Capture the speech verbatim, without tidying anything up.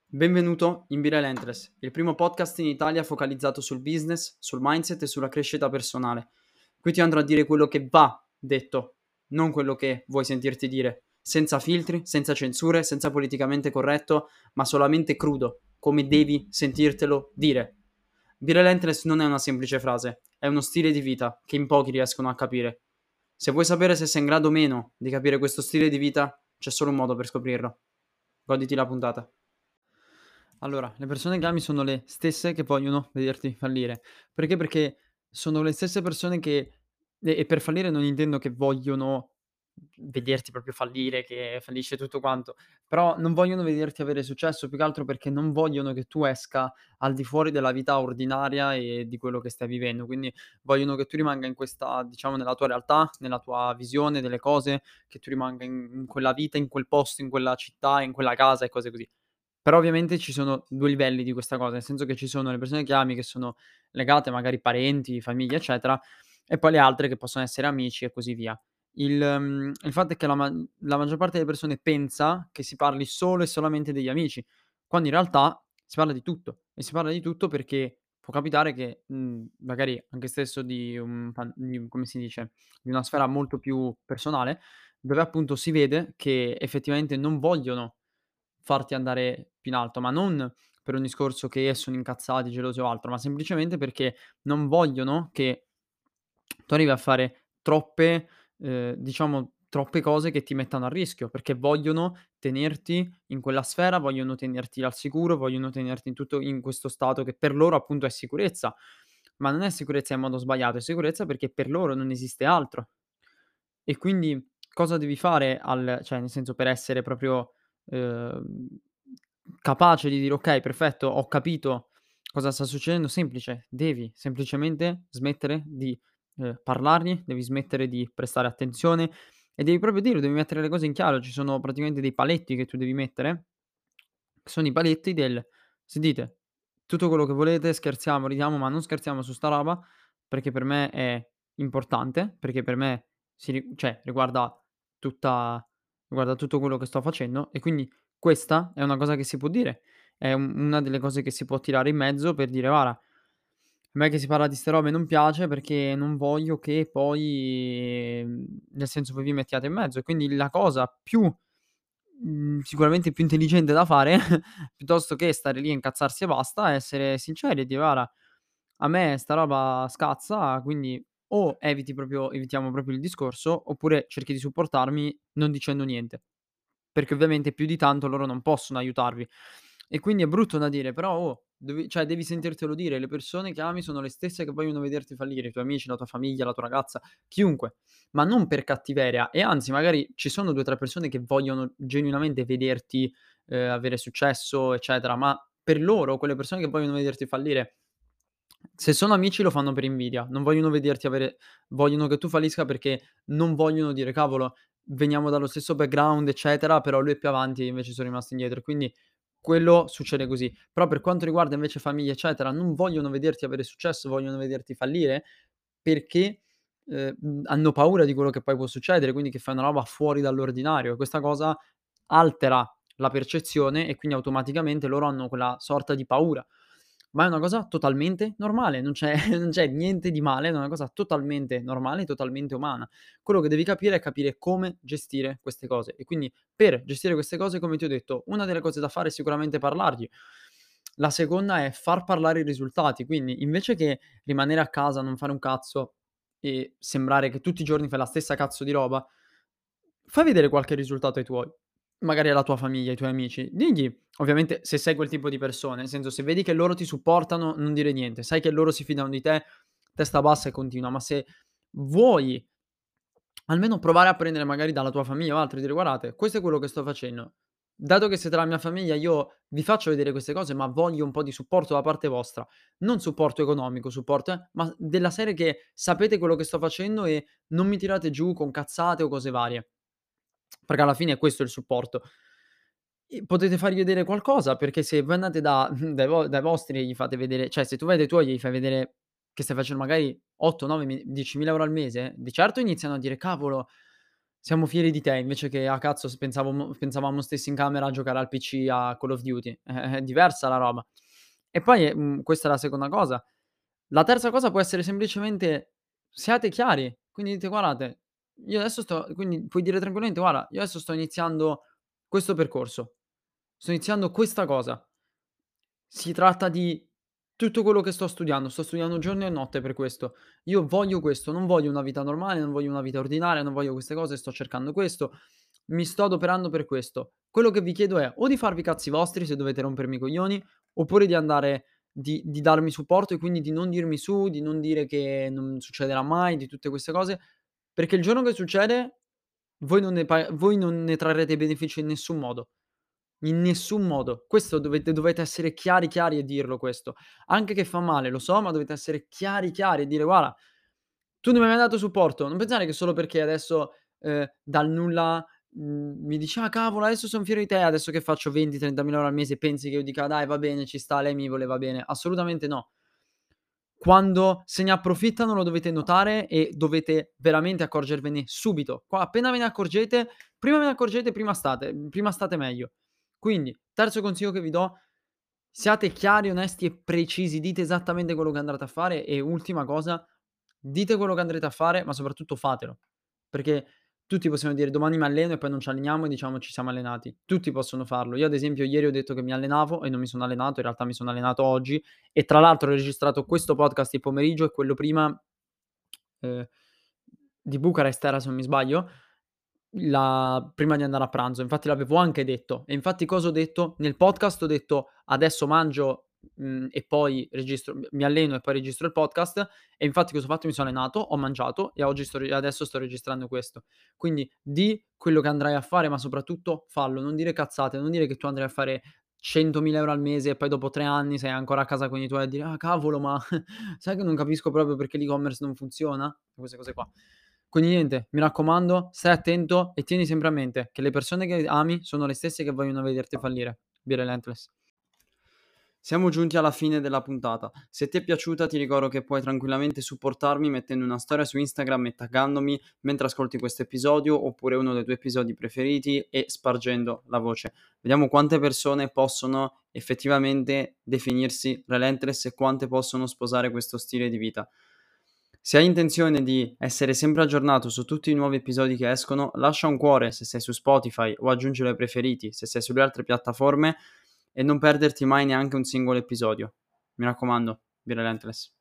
Benvenuto in Be Relentless, il primo podcast in Italia focalizzato sul business, sul mindset e sulla crescita personale. Qui ti andrò a dire quello che va detto, non quello che vuoi sentirti dire, senza filtri, senza censure, senza politicamente corretto, ma solamente crudo, come devi sentirtelo dire. Be Relentless non è una semplice frase, è uno stile di vita che in pochi riescono a capire. Se vuoi sapere se sei in grado o meno di capire questo stile di vita, c'è solo un modo per scoprirlo. Goditi la puntata. Allora, le persone che ami sono le stesse che vogliono vederti fallire. Perché? Perché sono le stesse persone che e e per fallire non intendo che vogliono vederti proprio fallire, che fallisce tutto quanto, però non vogliono vederti avere successo, più che altro perché non vogliono che tu esca al di fuori della vita ordinaria e di quello che stai vivendo. Quindi vogliono che tu rimanga in questa diciamo nella tua realtà, nella tua visione delle cose, che tu rimanga in in quella vita, in quel posto, in quella città, in quella casa e cose così. Però ovviamente ci sono due livelli di questa cosa, nel senso che ci sono le persone che ami, che sono legate, magari parenti, famiglia, eccetera, e poi le altre che possono essere amici e così via. Il mhmm, il fatto è che la ma la maggior parte delle persone pensa che si parli solo e solamente degli amici, quando in realtà si parla di tutto, e si parla di tutto perché può capitare che, mhmm, magari anche stesso di un fan di un come si dice, di una sfera molto più personale, dove appunto si vede che effettivamente non vogliono farti andare più in alto, ma non per un discorso che sono incazzati, gelosi o altro, ma semplicemente perché non vogliono che tu arrivi a fare troppe, ehm, diciamo troppe cose che ti mettano a rischio, perché vogliono tenerti in quella sfera, vogliono tenerti al sicuro, vogliono tenerti in tutto in questo stato che per loro appunto è sicurezza, ma non è sicurezza in modo sbagliato, è sicurezza perché per loro non esiste altro. E quindi cosa devi fare al cioè nel senso per essere proprio, uhm, capace di dire: "Okay, perfetto, ho capito cosa sta succedendo." Semplice, devi semplicemente smettere di, ehm, parlargli, devi smettere di prestare attenzione e devi proprio dirlo, devi mettere le cose in chiaro. Ci sono praticamente dei paletti che tu devi mettere, che sono i paletti del: "Se dite tutto quello che volete, scherziamo, ridiamo, ma non scherziamo su sta roba, perché per me è importante, perché per me si ri cioè riguarda tutta riguarda tutto quello che sto facendo e quindi questa è una cosa che si può dire, è un una delle cose che si può tirare in mezzo per dire: "Guarda, a me che si parla di 'ste robe non piace perché non voglio che poi, mhmm, nel senso voi vi mettiate in mezzo." E quindi la cosa più Mhmm, sicuramente più intelligente da fare, piuttosto che stare lì a incazzarsi e basta, essere sinceri e dire: "Guarda, a me sta roba scazza, quindi o eviti proprio evitiamo proprio il discorso, oppure cerchi di supportarmi non dicendo niente." Perché ovviamente più di tanto loro non possono aiutarvi. E quindi è brutto da dire, però oh, devi cioè devi sentirtelo dire, le persone che ami sono le stesse che vogliono vederti fallire, i tuoi amici, la tua famiglia, la tua ragazza, chiunque, ma non per cattiveria e anzi magari ci sono due, tre persone che vogliono genuinamente vederti, ehm, avere successo, eccetera, ma per loro, quelle persone che vogliono vederti fallire, se sono amici lo fanno per invidia, non vogliono vederti avere vogliono che tu fallisca perché non vogliono dire: "Cavolo, veniamo dallo stesso background, eccetera, però lui è più avanti e invece sono rimasto indietro." E quindi quello succede così. Però per quanto riguarda invece famiglia, eccetera, non vogliono vederti avere successo, vogliono vederti fallire perché, ehm, mhmm, hanno paura di quello che poi può succedere, quindi che fai una roba fuori dall'ordinario e questa cosa altera la percezione e quindi automaticamente loro hanno quella sorta di paura. Ma è una cosa totalmente normale, non c'è non c'è niente di male, è una cosa totalmente normale, totalmente umana. Quello che devi capire è capire come gestire queste cose e quindi per gestire queste cose, come ti ho detto, una delle cose da fare è sicuramente parlargli. La seconda è far parlare i risultati, quindi invece che rimanere a casa, non fare un cazzo e sembrare che tutti i giorni fai la stessa cazzo di roba, fai vedere qualche risultato ai tuoi, magari alla tua famiglia, ai tuoi amici. Digli, ovviamente se sei quel tipo di persone, nel senso se vedi che loro ti supportano, non dire niente, sai che loro si fidano di te, testa bassa e continua, ma se vuoi almeno provare a prendere magari dalla tua famiglia o altri, dire: "Guardate, questo è quello che sto facendo. Dato che siete la mia famiglia, io vi faccio vedere queste cose, ma voglio un po' di supporto da parte vostra." Non supporto economico, supporto eh, ma della serie che sapete quello che sto facendo e non mi tirate giù con cazzate o cose varie. Perché alla fine è questo il supporto. I potete fargli vedere qualcosa, perché se voi andate da dai vo dai vostri e gli fate vedere cioè se tu vai dai tuoi e gli fai vedere che stai facendo magari otto, nove, mi diecimila euro € al mese, di certo iniziano a dire: "Cavolo, siamo fieri di te, invece che ah cazzo s pensavamo pensavamo stessi in camera a giocare al P C a Call of Duty. Eh, è diversa la roba. E poi, mhmm, questa è la seconda cosa. La terza cosa può essere semplicemente: siate chiari. Quindi dite: "Guardate, io adesso sto", quindi puoi dire tranquillamente: "Guarda, io adesso sto iniziando questo percorso, sto iniziando questa cosa. Si tratta di tutto quello che sto studiando, sto studiando giorno e notte per questo. Io voglio questo, non voglio una vita normale, non voglio una vita ordinaria, non voglio queste cose, sto cercando questo, mi sto adoperando per questo. Quello che vi chiedo è o di farvi i cazzi vostri se dovete rompermi i coglioni, oppure di andare di di darmi supporto e quindi di non dirmi su, di non dire che non succederà mai, di tutte queste cose, perché il giorno che succede voi non ne pa voi non ne trarrete beneficio in nessun modo. In nessun modo. Questo dovete dovete essere chiari, chiari e dirlo questo. Anche che fa male, lo so, ma dovete essere chiari, chiari e dire: "Guarda, tu non mi hai mai dato supporto, non pensare che solo perché adesso, ehm, dal nulla, mhmm, mi dici: "Ah cavolo, adesso son fiero di te, adesso che faccio venti, trentamila euro al mese, pensi che io dica: "Dai va bene, ci sta, lei mi voleva bene." Assolutamente no. Quando se ne approfittano lo dovete notare e dovete veramente accorgervene subito. Qua appena ve ne accorgete, prima ve ne accorgete prima state prima state meglio. Quindi, terzo consiglio che vi do: siate chiari, onesti e precisi, dite esattamente quello che andrete a fare e ultima cosa, dite quello che andrete a fare, ma soprattutto fatelo. Perché tutti possiamo dire: "Domani mi alleno" e poi non ci alleniamo e diciamo: "Ci siamo allenati." Tutti possono farlo. Io ad esempio ieri ho detto che mi allenavo e non mi sono allenato, in realtà mi sono allenato oggi e tra l'altro ho registrato questo podcast il pomeriggio e quello prima, ehm, di Bucarest era se non mi sbaglio, la prima di andare a pranzo. Infatti l'avevo anche detto. E infatti cosa ho detto? Nel podcast ho detto: "Adesso mangio, mhmm, e poi registro m mi alleno e poi registro il podcast", e infatti cosa ho fatto? Mi sono allenato, ho mangiato e oggi sto re adesso sto registrando questo. Quindi di quello che andrai a fare, ma soprattutto fallo. Non dire cazzate, non dire che tu andrai a fare centomila euro € al mese e poi dopo tre anni sei ancora a casa con i tuoi a dire: "Ah cavolo, ma sai che non capisco proprio perché l'e-commerce non funziona?" Queste cose qua. Quindi niente, mi raccomando, stai attento e tieni sempre a mente che le persone che ami sono le stesse che vogliono vederti fallire. Be relentless. Siamo giunti alla fine della puntata. Se ti è piaciuta ti ricordo che puoi tranquillamente supportarmi mettendo una storia su Instagram e taggandomi mentre ascolti questo episodio oppure uno dei tuoi episodi preferiti e spargendo la voce. Vediamo quante persone possono effettivamente definirsi relentless e quante possono sposare questo stile di vita. Se hai intenzione di essere sempre aggiornato su tutti i nuovi episodi che escono, lascia un cuore se sei su Spotify o aggiungilo ai preferiti se sei sulle altre piattaforme e non perderti mai neanche un singolo episodio. Mi raccomando, be relentless.